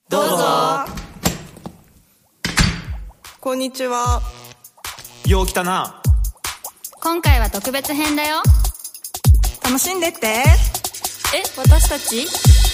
どうぞ。 こんにちは。 よう来たな。 今回は特別編だよ。 楽しんでって。 私たち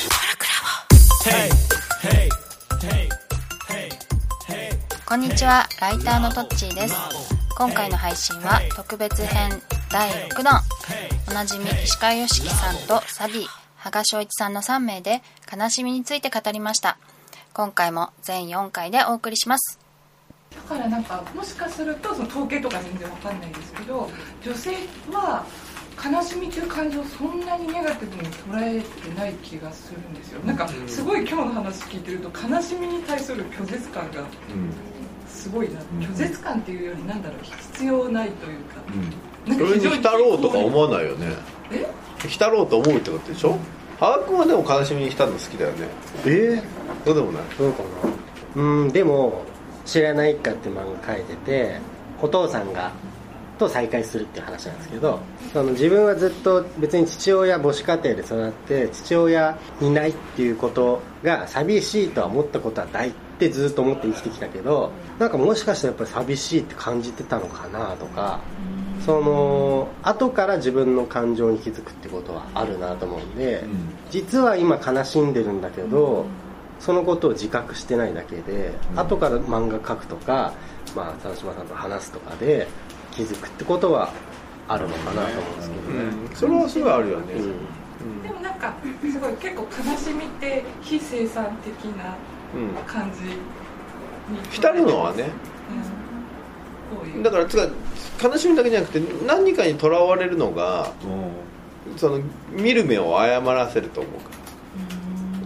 こんにちは、ライターのトッチーです。今回の配信は特別編第6弾。おなじみ石川良樹さんとサディ、羽賀翔一さんの3名で悲しみについて語りました。今回も全4回でお送りします。 だからなんかもしかするとその統計とか全然わかんないですけど、女性は悲しみという感情をそんなにネガティブに捉えてない気がするんですよ。なんかすごい今日の話聞いてると悲しみに対する拒絶感がすごいな。拒絶感っていうよりなんだろう、必要ないというか、 それに浸ろうとか思わないよね。浸ろうと思うってことでしょ。羽賀君はでも悲しみに浸るの好きだよね。そうでもない。 どうかな。でも知らないかって漫画書いてて、お父さんがと再会するっていう話なんですけど、その自分はずっと別に父親母子家庭で育って父親いないっていうことが寂しいとは思ったことはないってずっと思って生きてきたけど、なんかもしかしたらやっぱり寂しいって感じてたのかなとか、その後から自分の感情に気づくってことはあるなと思うんで、実は今悲しんでるんだけどそのことを自覚してないだけで、後から漫画描くとか、佐島さんと話すとかで気づくってことはあるのかなと思うんですけどね。 それはすごいあるよね。 でもなんかすごい結構悲しみって非生産的な感じに浸るのはね、だから悲しみだけじゃなくて何かにとらわれるのが、その見る目を誤らせると思うから。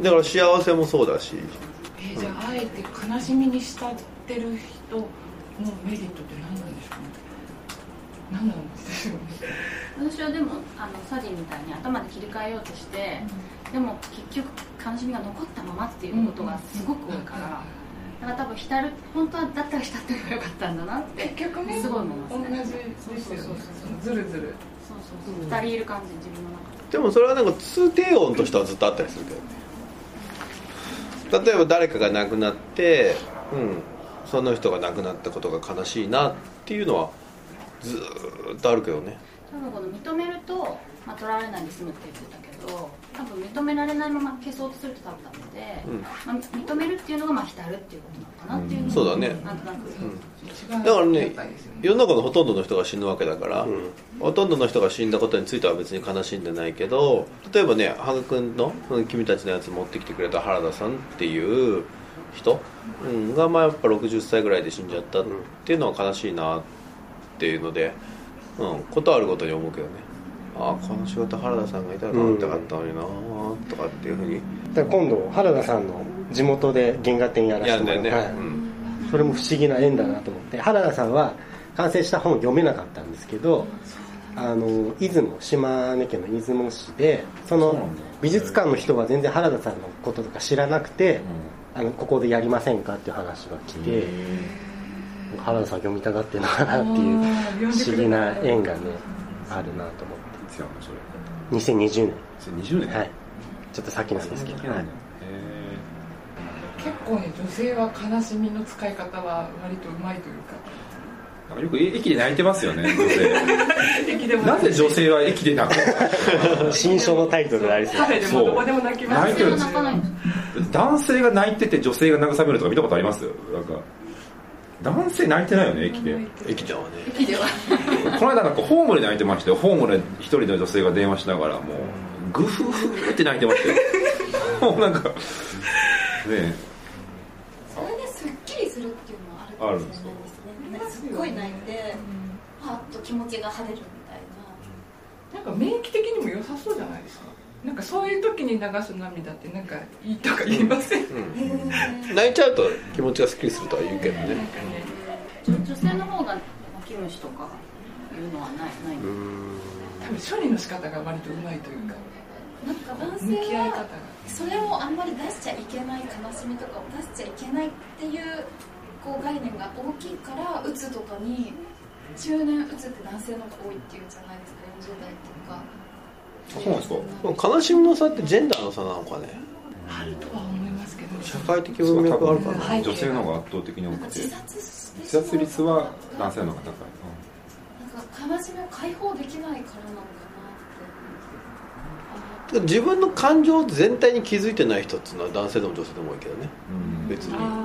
だから幸せもそうだし、 じゃああえて悲しみに浸ってる人のメリットって何なんでしょうね。何なんでしょうね。 私はでもサディみたいに頭で切り替えようとして、でも結局悲しみが残ったままっていうことがすごく多いから、だから多分浸る、本当はだったら浸ってればよかったんだなって結局ね、 すごい思いますね。 同じですよね。ずるずる 2人いる感じ、自分の中でもそれはなんか通低音としてはずっとあったりするけどね。例えば誰かが亡くなって、その人が亡くなったことが悲しいなっていうのはずっとあるけどね。 多分この認めると、とらわれないで済むって言ってたけど、多分認められないまま消そうとすると多分ダメで、認めるっていうのが浸るっていうことなのかなっていうのを、 そうだね。 なんとなく、 だからね、世の中のほとんどの人が死ぬわけだから、ほとんどの人が死んだことについては別に悲しんでないけど、例えばね、羽賀君の君たちのやつ持ってきてくれた原田さんっていう人、がやっぱ60歳ぐらいで死んじゃったっていうのは悲しいなっていうので、ことあるごとに思うけどね。この仕事原田さんがいたらなってかったのになとかっていうふうに。 だから今度原田さんの地元で原画展やらせてもらって、それも不思議な縁だなと思って、原田さんは完成した本読めなかったんですけど、島根県の出雲市でその美術館の人は全然原田さんのこととか知らなくて、ここでやりませんかっていう話が来て、原田さん読みたがってるのかなっていう不思議な縁がねあるなと思って。2020年。 20年。 はい。ちょっと先なんですけど。 結構ね、女性は悲しみの使い方は割とうまいというか。 よく駅で泣いてますよね、女性。駅でもなぜ女性は駅で泣くの？ 新書のタイトルがありそう。 カフェでもどこでも泣きます。 泣いてるんですよ。男性が泣いてて女性が慰めるとか見たことあります？なんか男性泣いてないよね、駅で。 駅ではね。 駅では。 この間なんかホームで泣いてましたよ。ホームで一人の女性が電話しながらもうグフフって泣いてましたよ。もうなんかねえ。 それですっきりするっていうのはあるかもしれないですね。すっごい泣いて、パッと気持ちが晴れるみたいな。 なんか免疫的にも良さそうじゃないですか。なんかそういう時に流す涙ってなんかいいとか言いません？ 泣いちゃうと気持ちがスッキリするとは言うけどね。 女性の方が泣き虫とかいうのはない。 多分処理の仕方が割とうまいというか。 なんか男性はそれをあんまり出しちゃいけない、悲しみとかを出しちゃいけないっていう概念が大きいから、うつとかに中年うつって男性の方が多いっていうじゃないですか、40代とか。 そうなんですか。 悲しみの差ってジェンダーの差なのかね。 あるとは思いますけど、 社会的文脈があるから、 女性の方が圧倒的に多くて、自殺率は男性の方が高い。 なんか悲しみを解放できないからなのかなって。 自分の感情全体に気づいてない人っていうのは男性でも女性でも多いけどね、別に。 自覚が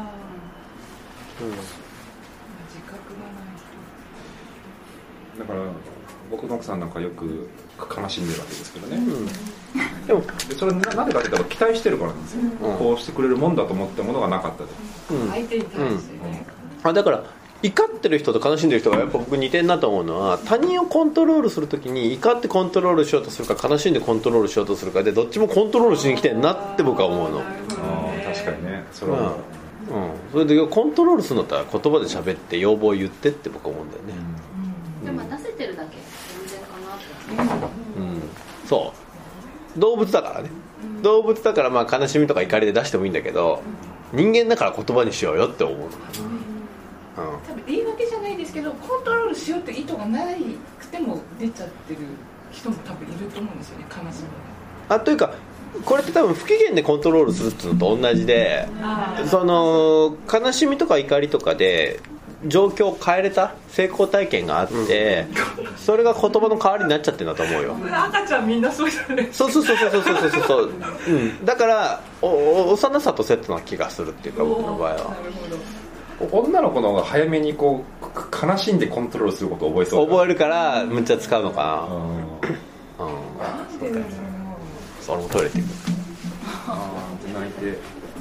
ない人だから僕の奥さんなんかよく悲しんでるわけですけどね、 でもそれなぜかって言ったら期待してるからなんですよ、こうしてくれるもんだと思ったものがなかったで、 相手に対してね、 だから怒ってる人と悲しんでる人がやっぱ僕似てるなと思うのは、他人をコントロールするときに怒ってコントロールしようとするか悲しんでコントロールしようとするかで、どっちもコントロールしに来てるなって僕は思うの。 確かにね、それは、 それでコントロールするのだったら言葉で喋って要望を言ってって僕は思うんだよね、 でも出せてるだけ全然かなって、 そう動物だからね、動物だからまあ悲しみとか怒りで出してもいいんだけど、人間だから言葉にしようよって思うの。 多分言い訳じゃないですけど、コントロールしようって意図がなくても出ちゃってる人も多分いると思うんですよね、悲しみというかこれって多分不機嫌でコントロールするっていうのと同じで、その悲しみとか怒りとかで状況を変えれた成功体験があって、それが言葉の代わりになっちゃってるんだと思うよ。 赤ちゃんみんなそうじゃないですか。 そう、だから幼さとセットな気がするっていうか、僕の場合は。 女の子の方が早めにこう悲しんでコントロールすることを覚えそう、 覚えるからむっちゃ使うのかな。それもトイレって言う泣いて、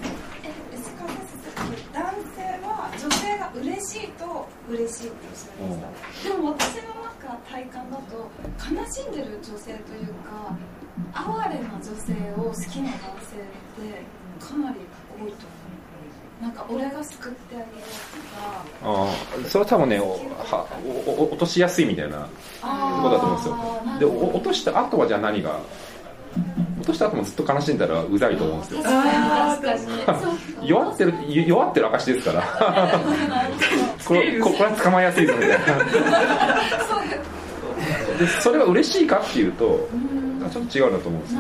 男性は女性が嬉しいと嬉しいっておっしゃいました。でも私の中体感だと悲しんでる女性というか哀れな女性を好きな男性ってかなり多いと思う。なんか俺が救ってあげるとか、 それは多分ね落としやすいみたいなことだと思うんですよ。で落とした後はじゃあ何が、落とした後もずっと悲しんだらうざいと思うんですよ。弱ってる証ですからこれは捕まえやすいぞみたいなでそれが嬉しいかっていうとちょっと違うなと思うんですよ。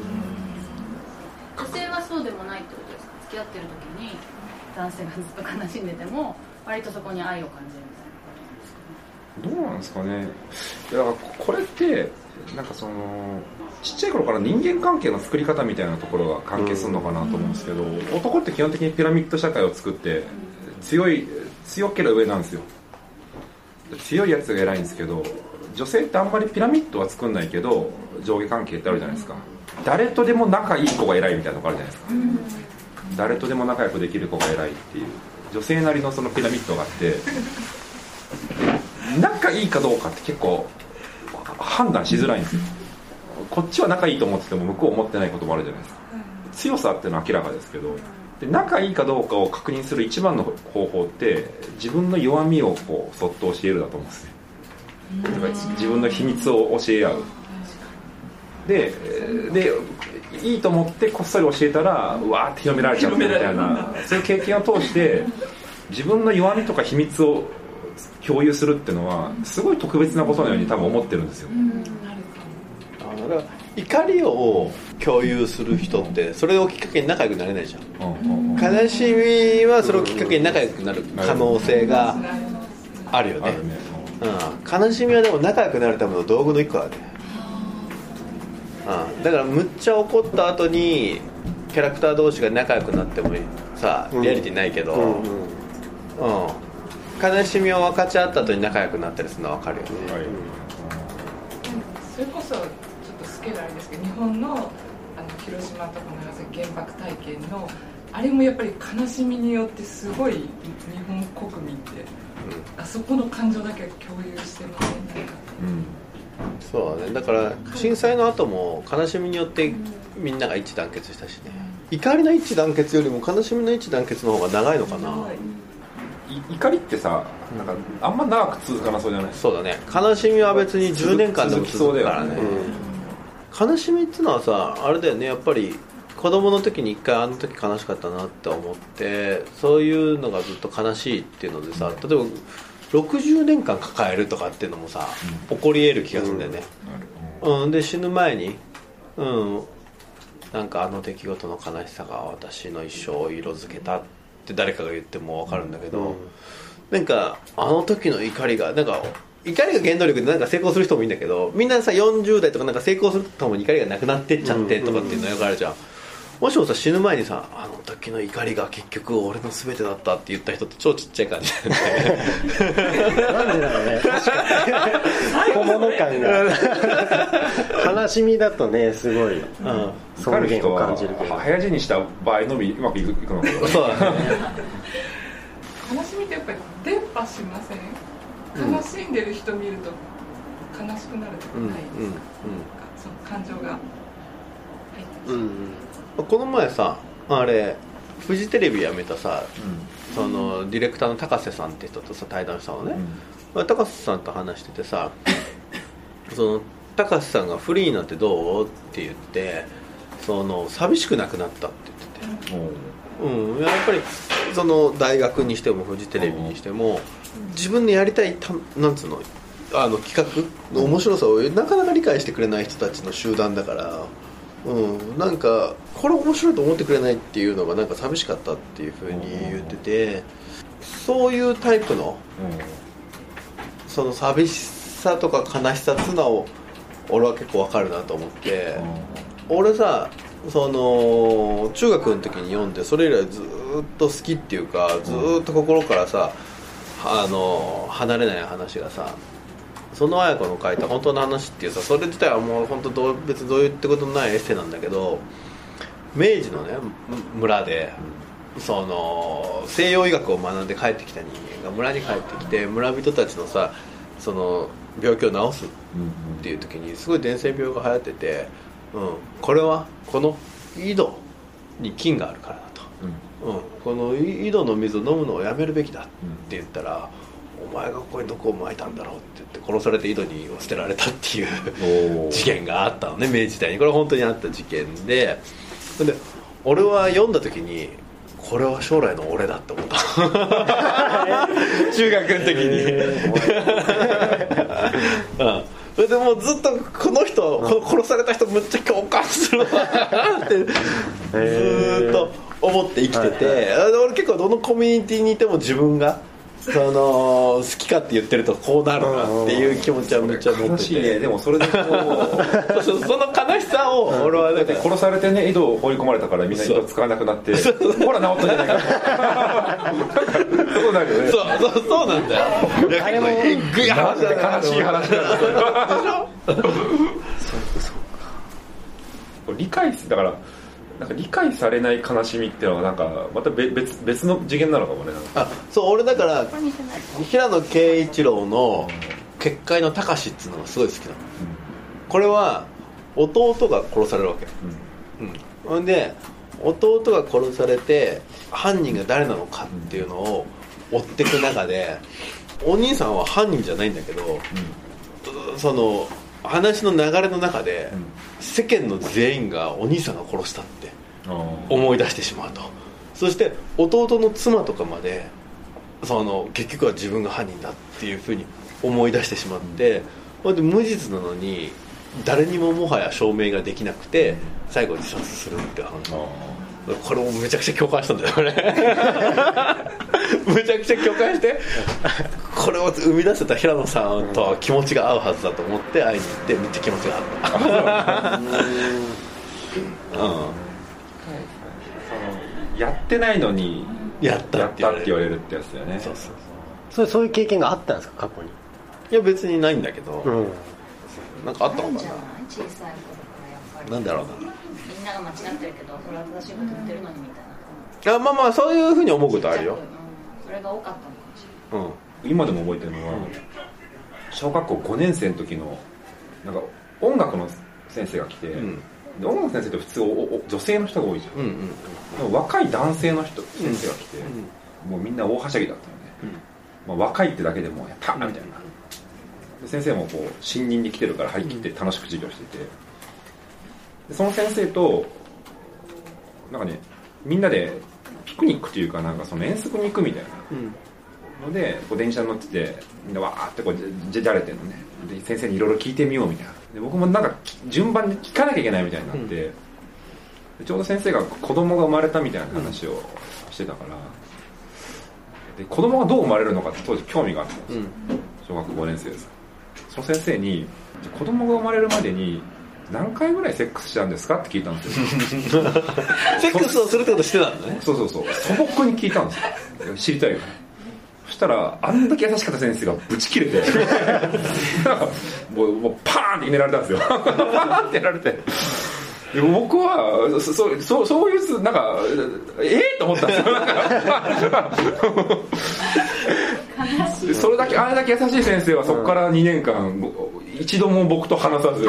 女性はそうでもないってことですか？付き合ってる時に男性がずっと悲しんでても割とそこに愛を感じるみたいなことですかね。 どうなんですかね。いやだからこれってなんかそのちっちゃい頃から人間関係の作り方みたいなところが関係するのかなと思うんですけど、男って基本的にピラミッド社会を作って強ければ上なんですよ。強いやつが偉いんですけど、女性ってあんまりピラミッドは作んないけど上下関係ってあるじゃないですか。誰とでも仲いい子が偉いみたいなとこあるじゃないですか。誰とでも仲良くできる子が偉いっていう女性なりのそのピラミッドがあって仲いいかどうかって結構判断しづらいんですよ。こっちは仲いいと思ってても向こう思ってないこともあるじゃないですか。強さっていうのは明らかですけど、で仲いいかどうかを確認する一番の方法って自分の弱みをこうそっと教えるだと思うんですね。自分の秘密を教え合う。でいいと思ってこっそり教えたらうわーって広められちゃったみたいな、そういう経験を通して自分の弱みとか秘密を共有するっていうのはすごい特別なことのように多分思ってるんですよ。 だから怒りを共有する人ってそれをきっかけに仲良くなれないじゃん。悲しみはそれをきっかけに仲良くなる可能性があるよね。悲しみはでも仲良くなるための道具の一個だね。だからむっちゃ怒った後にキャラクター同士が仲良くなってもさリアリティないけど、悲しみを分かち合った後に仲良くなったりするのは分かるよね。 それこそちょっとスケールあれですけど、日本の広島とかの原爆体験のあれもやっぱり悲しみによってすごい日本国民って、あそこの感情だけ共有してませんか。 そうだね。だから震災の後も悲しみによってみんなが一致団結したしね。怒りの一致団結よりも悲しみの一致団結の方が長いのかな。 怒りってさ、なんかあんま長く続かなそうじゃない？ そうだね。悲しみは別に10年間でも続くからね。悲しみっていうのはさ、あれだよね。やっぱり子供の時に一回あの時悲しかったなって思って、そういうのがずっと悲しいっていうのでさ、例えば60年間抱えるとかっていうのもさ、起こり得る気がするんだよね。で死ぬ前に、 なんかあの出来事の悲しさが私の一生を色づけたって誰かが言っても分かるんだけど、なんかあの時の怒りがなんか怒りが原動力でなんか成功する人もいいんだけど、みんなさ40代とかなんか成功するとともに怒りがなくなってっちゃってとかっていうのよくあるじゃん。もしもさ死ぬ前にさあの時の怒りが結局俺の全てだったって言った人って超ちっちゃい感じだよね。 なんでだろうね。確かに小物感が悲しみだとねすごい尊厳を感じるけど、 早死にした場合のみうまくいくのかな。 そうだね。 悲しみってやっぱり伝播しません？悲しんでる人見ると悲しくなるとかないですか？その感情が入ってる。 この前さあれフジテレビ辞めたさ、そのディレクターの高瀬さんって人とさ対談したのね、高瀬さんと話しててさ、その高瀬さんがフリーになってどうって言って、その寂しくなくなったって言ってて、やっぱりその大学にしてもフジテレビにしても自分でやりたいなんつうの企画の面白さをなかなか理解してくれない人たちの集団だから、なんかこれ面白いと思ってくれないっていうのがなんか寂しかったっていう風に言ってて、そういうタイプの、その寂しさとか悲しさっていうのを俺は結構わかるなと思って、俺さその中学の時に読んでそれ以来ずっと好きっていうかずっと心からさ離れない話がさ、その綾子の書いた本当の話っていうさ、それ自体はもう本当別にどういうってことのないエッセイなんだけど、明治のね村でその西洋医学を学んで帰ってきた人間が村に帰ってきて村人たちのさその病気を治すっていう時にすごい伝染病が流行ってて、これはこの井戸に菌があるからだと、この井戸の水を飲むのをやめるべきだって言ったら、お前がここに毒を撒いたんだろうって言って殺されて井戸に捨てられたっていう事件があったのね、明治時代に。これは本当にあった事件で、俺は読んだ時にこれは将来の俺だって思った中学の時にそれでもうずっとこの人、殺された人むっちゃ共感するわってずっと思って生きてて、俺結構どのコミュニティにいても自分がその好きかって言ってるとこうなるなっていう気持ちはめっちゃ持ってて、 悲しいね。でもそれでこうその悲しさを俺はだって殺されてね井戸を放り込まれたからみんな井戸使わなくなってほら治ったじゃないかそうなるよね。 そうなんだよ。 あれもなんて悲しい話なんだそう理解だからなんか理解されない悲しみっていうのはなんかまた別の次元なのかもね。 そう俺だから平野啓一郎の結界の貴司っていうのがすごい好きなの、これは弟が殺されるわけ、で弟が殺されて犯人が誰なのかっていうのを追っていく中でお兄さんは犯人じゃないんだけど、その話の流れの中で世間の全員がお兄さんが殺したって思い出してしまうと。そして弟の妻とかまでその結局は自分が犯人だっていうふうに思い出してしまって、で無実なのに誰にももはや証明ができなくて最後自殺するって話。これもめちゃくちゃ共感したんだよこれめちゃくちゃ共感してこれを生み出せた平野さんとは気持ちが合うはずだと思って会いに行ってめっちゃ気持ちが合ったやってないのにやったって言われるってやつだよね。 そういう経験があったんですか過去に？ いや別にないんだけど、なんかあったのかな。 小さい頃からやっぱりなんだろうな、 みんなが間違ってるけどそれは正しいこと言ってるのにみたいな。 まあそういうふうに思うことあるよ、 それが多かったのかもしれない。 今でも覚えてるのは、小学校5年生の時のなんか音楽の先生が来て、で音楽の先生って普通女性の人が多いじゃん、でも若い男性の人先生が来て、もうみんな大はしゃぎだったのね、若いってだけでもやったみたいな、で先生もこう新任に来てるから張り切って楽しく授業してて、でその先生となんかねみんなでピクニックというかなんかその遠足に行くみたいなので、こう電車に乗っててみんなわーってこうじゃれてるのね。で先生にいろいろ聞いてみようみたいな。で僕もなんか順番で聞かなきゃいけないみたいになって、 ちょうど先生が子供が生まれたみたいな話をしてたから、で子供がどう生まれるのかって当時興味があったんですよ、小学5年生です。その先生に子供が生まれるまでに何回ぐらいセックスしたんですかって聞いたんですよセックスをするってことしてたんだね。 そう素朴に聞いたんですよ、知りたいよね。そしたらあんだけ優しかった先生がブチ切れてなんかもうパーンって決められたんですよパーンってやられて、で僕はそういうなんかと思ったんですよなんかそれだけあれだけ優しい先生はそこから2年間一度も僕と話さず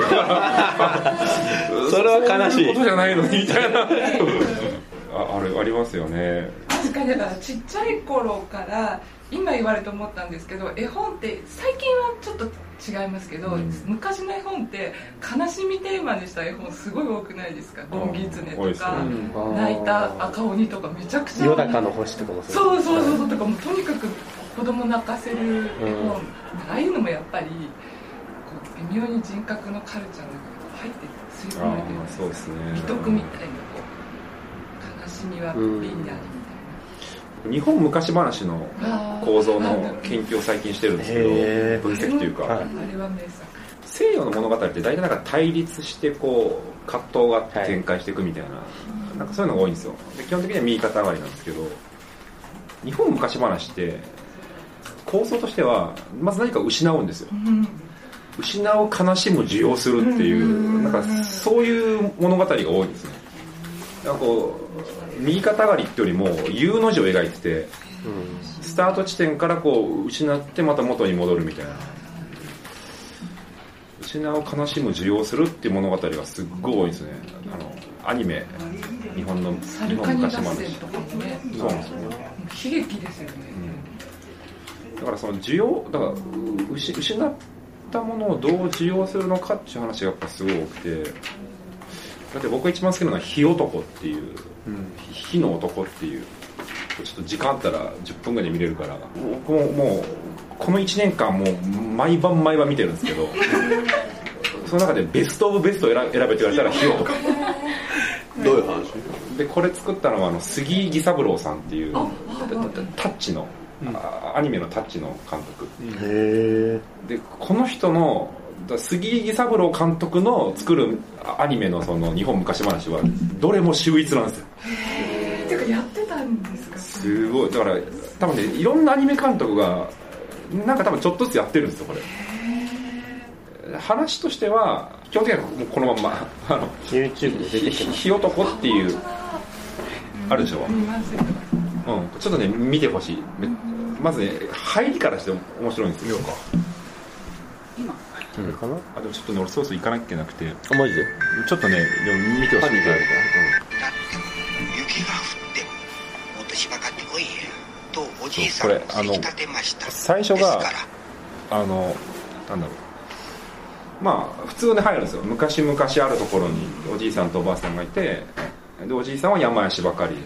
それは悲しい。 そういうことじゃないのにみたいなありますよね。 確かにだからちっちゃい頃から今言われて思ったんですけど、絵本って最近はちょっと違いますけど、昔の絵本って悲しみテーマにした絵本すごい多くないですか。ゴンギツネとか、泣いた赤鬼とかめちゃくちゃ、 夜中の星とかもそうとかもとにかく子供泣かせる絵本、ああいうのもやっぱりこう微妙に人格のカルチャーの中に入って吸い込まれてるんですか。 そうですね。 美徳みたいなこう悲しみは美にあり。 日本昔話の構造の研究を最近してるんですけど、分析というか、 あれは名作。 西洋の物語って大体なんか対立してこう葛藤があって展開していくみたいな、なんかそういうのが多いんですよ。で基本的には右肩上がりなんですけど、日本昔話って構造としてはまず何か失うんですよ、失う、悲しむ、受容するっていう、なんかそういう物語が多いんですね。なんかこう右肩上がりってよりも U の字を描いてて、スタート地点からこう失ってまた元に戻るみたいな、失う、悲しむ、受容するっていう物語がすっごい多いんですね。アニメ、日本昔話とかもね、そうなんですよね。悲劇ですよね、だからその受容だから失ったものをどう受容するのかっていう話がやっぱすごい多くて、だって僕が一番好きなのは火男っていう、火の男っていう、ちょっと時間あったら10分ぐらいで見れるから、僕もうこの1年間もう毎晩見てるんですけどその中でベストオブベストを選べって言われたら火男どういう話で、これ作ったのは杉井義三郎さんっていうタッチの、アニメのタッチの監督で、この人の杉井義三郎監督の作るアニメのその日本昔話はどれも秀逸なんですよ。 てかやってたんですか。 すごい。だから多分ね、いろんなアニメ監督がなんか多分ちょっとずつやってるんですよこれ。話としては基本的にはもうこのまま YouTube で出てきてます。 火男っていうあるでしょ。ちょっとね見てほしい。まずね入りからして面白いんですよ。今でもちょっとね俺ソース行かなきゃいけなくて。 マジでちょっとねでも見てほしい。 雪が降ってもっとしばかってこいとおじいさんをせき立てました。 最初がなんだろう、まあ普通に入るんですよ。昔々あるところにおじいさんとおばあさんがいて、でおじいさんは山足ばかり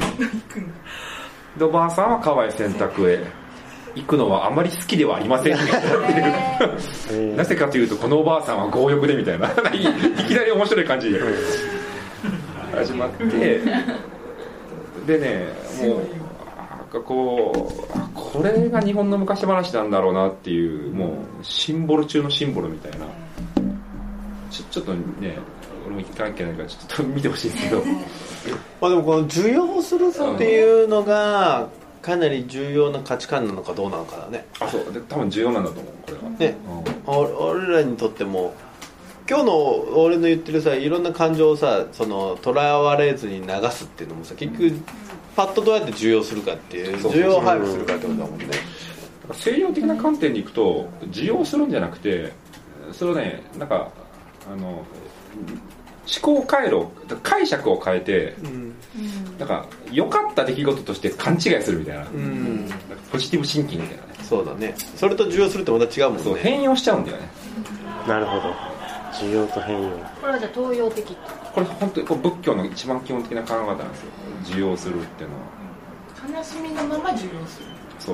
で、おばあさんは川へ洗濯へ行くのはあまり好きではありませんっていうなぜかというとこのおばあさんは強欲でみたいないきなり面白い感じで始まってでね、もうこれが日本の昔話なんだろうなっていう、もうシンボル中のシンボルみたいな。ちょっとね俺も行かなきゃいけないからちょっと見てほしいですけどまあでもこの受容するっていうのがかなり重要な価値観なのかどうなのかだね。 そうで、多分重要なんだと思うこれはね、俺らにとっても今日の俺の言ってるさ、いろんな感情をさ、そのとらわれずに流すっていうのもさ、結局パッとどうやって受容するかっていう、受容配布するかってことだもんね。 西洋的な観点でいくと受容するんじゃなくて、それをね、なんか思考回路、解釈を変えて、なんか良かった出来事として勘違いするみたいな、ポジティブシンキングみたいなね。 そうだね。それと受容するってまた違うもんね。 そう、変容しちゃうんだよね。 なるほど。受容と変容。 これはじゃあ東洋的って。 これ本当に仏教の一番基本的な考え方なんですよ。受容するっていうのは。 悲しみのまま受容する。 そう。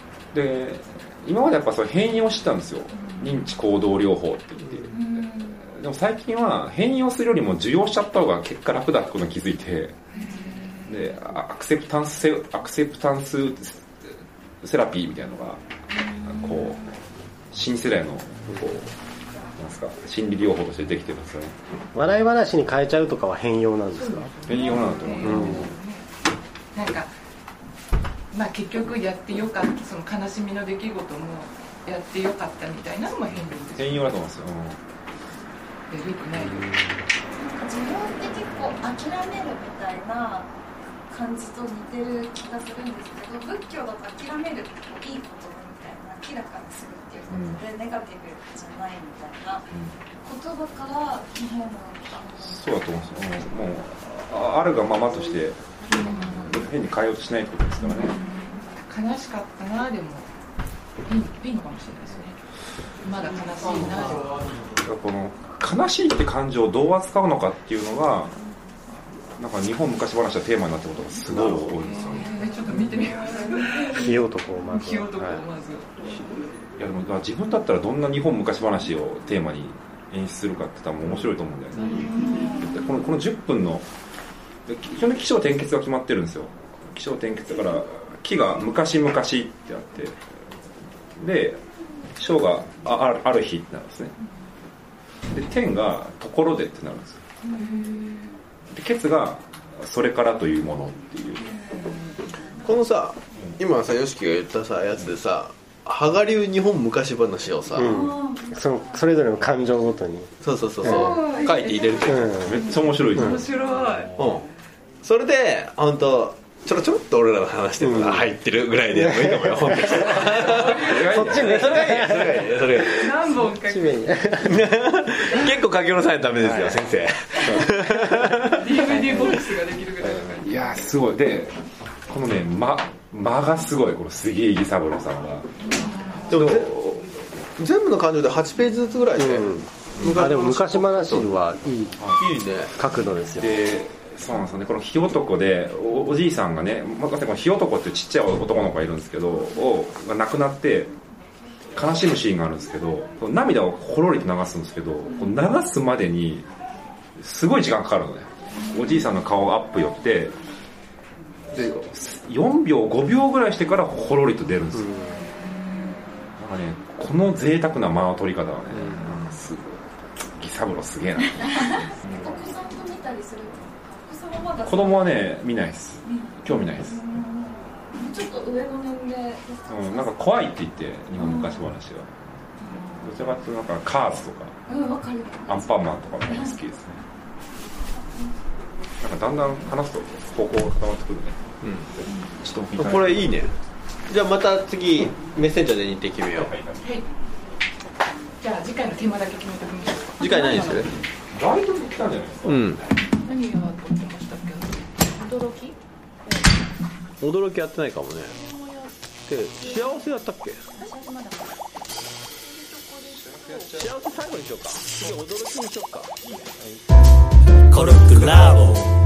で、今までやっぱそれ変容してたんですよ。認知行動療法って言って。 でも最近は変容するよりも受容しちゃった方が結果楽だってことに気づいて、でアクセプタンスセラピーみたいなのがこう新世代のこうなんですか心理療法としてできてるんですよね。 笑い話に変えちゃうとかは変容なんですか？ 変容なんだと思う、 なんかまあ結局やってよかった、その悲しみの出来事もやってよかったみたいなのも変容です。 変容だと思うんですよ。 よくないよ。 自分って結構諦めるみたいな感じと似てる気がするんですけど、仏教だと諦めるっていいことみたいな、明らかにするっていうことで、ネガティブじゃないみたいな言葉から日本のそうだと思うんですよ。もうあるがままとして変に変えようとしないってことですからね。 悲しかったな、でもいいのかもしれないですね。まだ悲しいなでも。 この悲しいって感情をどう扱うのかっていうのがなんか日本昔話のテーマになってることがすごい多いですよね。 ちょっと見てみます。 火男をまず。 火男をまず。 いやでも自分だったらどんな日本昔話をテーマに演出するかって多分面白いと思うんだよね。この10分の基本的に起承転結が決まってるんですよ。起承転結だから木が昔々ってあってで章がある日ってなるんですね。で天がところでってなるんですよ。でケツがそれからというものっていう。 このさ今さYOSHIKIが言ったさやつでさ羽賀流日本昔話をさ、 それぞれの感情ごとにそう書いて入れるけど、 めっちゃ面白いですよ。 面白い。 それで本当ちょろっと俺らが話してるのが入ってるぐらいでもいいかもよ、本当に。 そっちね、それがいい。 何本か結構書き下ろさないとダメですよ、先生。 DVD ボックスができるぐらいの感じ。 いやすごい。でこのね間がすごい、この杉井義三郎さんが。 でも全部の感情で8ページずつぐらいで、 でも昔話はいい角度ですよ。 でそうなんですよね。この火男で おじいさんがね、この火男っていうちっちゃい男の子がいるんですけどが亡くなって悲しむシーンがあるんですけど、涙をほろりと流すんですけど、流すまでにすごい時間かかるのね。おじいさんの顔アップ寄ってで4秒5秒ぐらいしてからほろりと出るんですよ。なんかね、この贅沢な間の取り方はね、なんかすごい義三郎すげえな。 お子さんと見たりする。 子供はね見ないです。興味ないです。 ちょっと上の年齢ですか？ なんか怖いって言って日本昔話が。どちらかというとなんかカーズとか、アンパンマンとかも好きですね。なんかだんだん話すと方向が固まってくるね。ちょっとこれいいね。じゃあまた次メッセンジャーで日程決めよう。はい。 じゃあ次回のテーマだけ決めておきましょうか。 次回何でする？ ライトで来たんじゃないですか。 何が撮ってましたっけ？ 驚きやってないかもね。で幸せやったっけ？幸せ最後にしようか。次驚きにしようか。 コルクラボ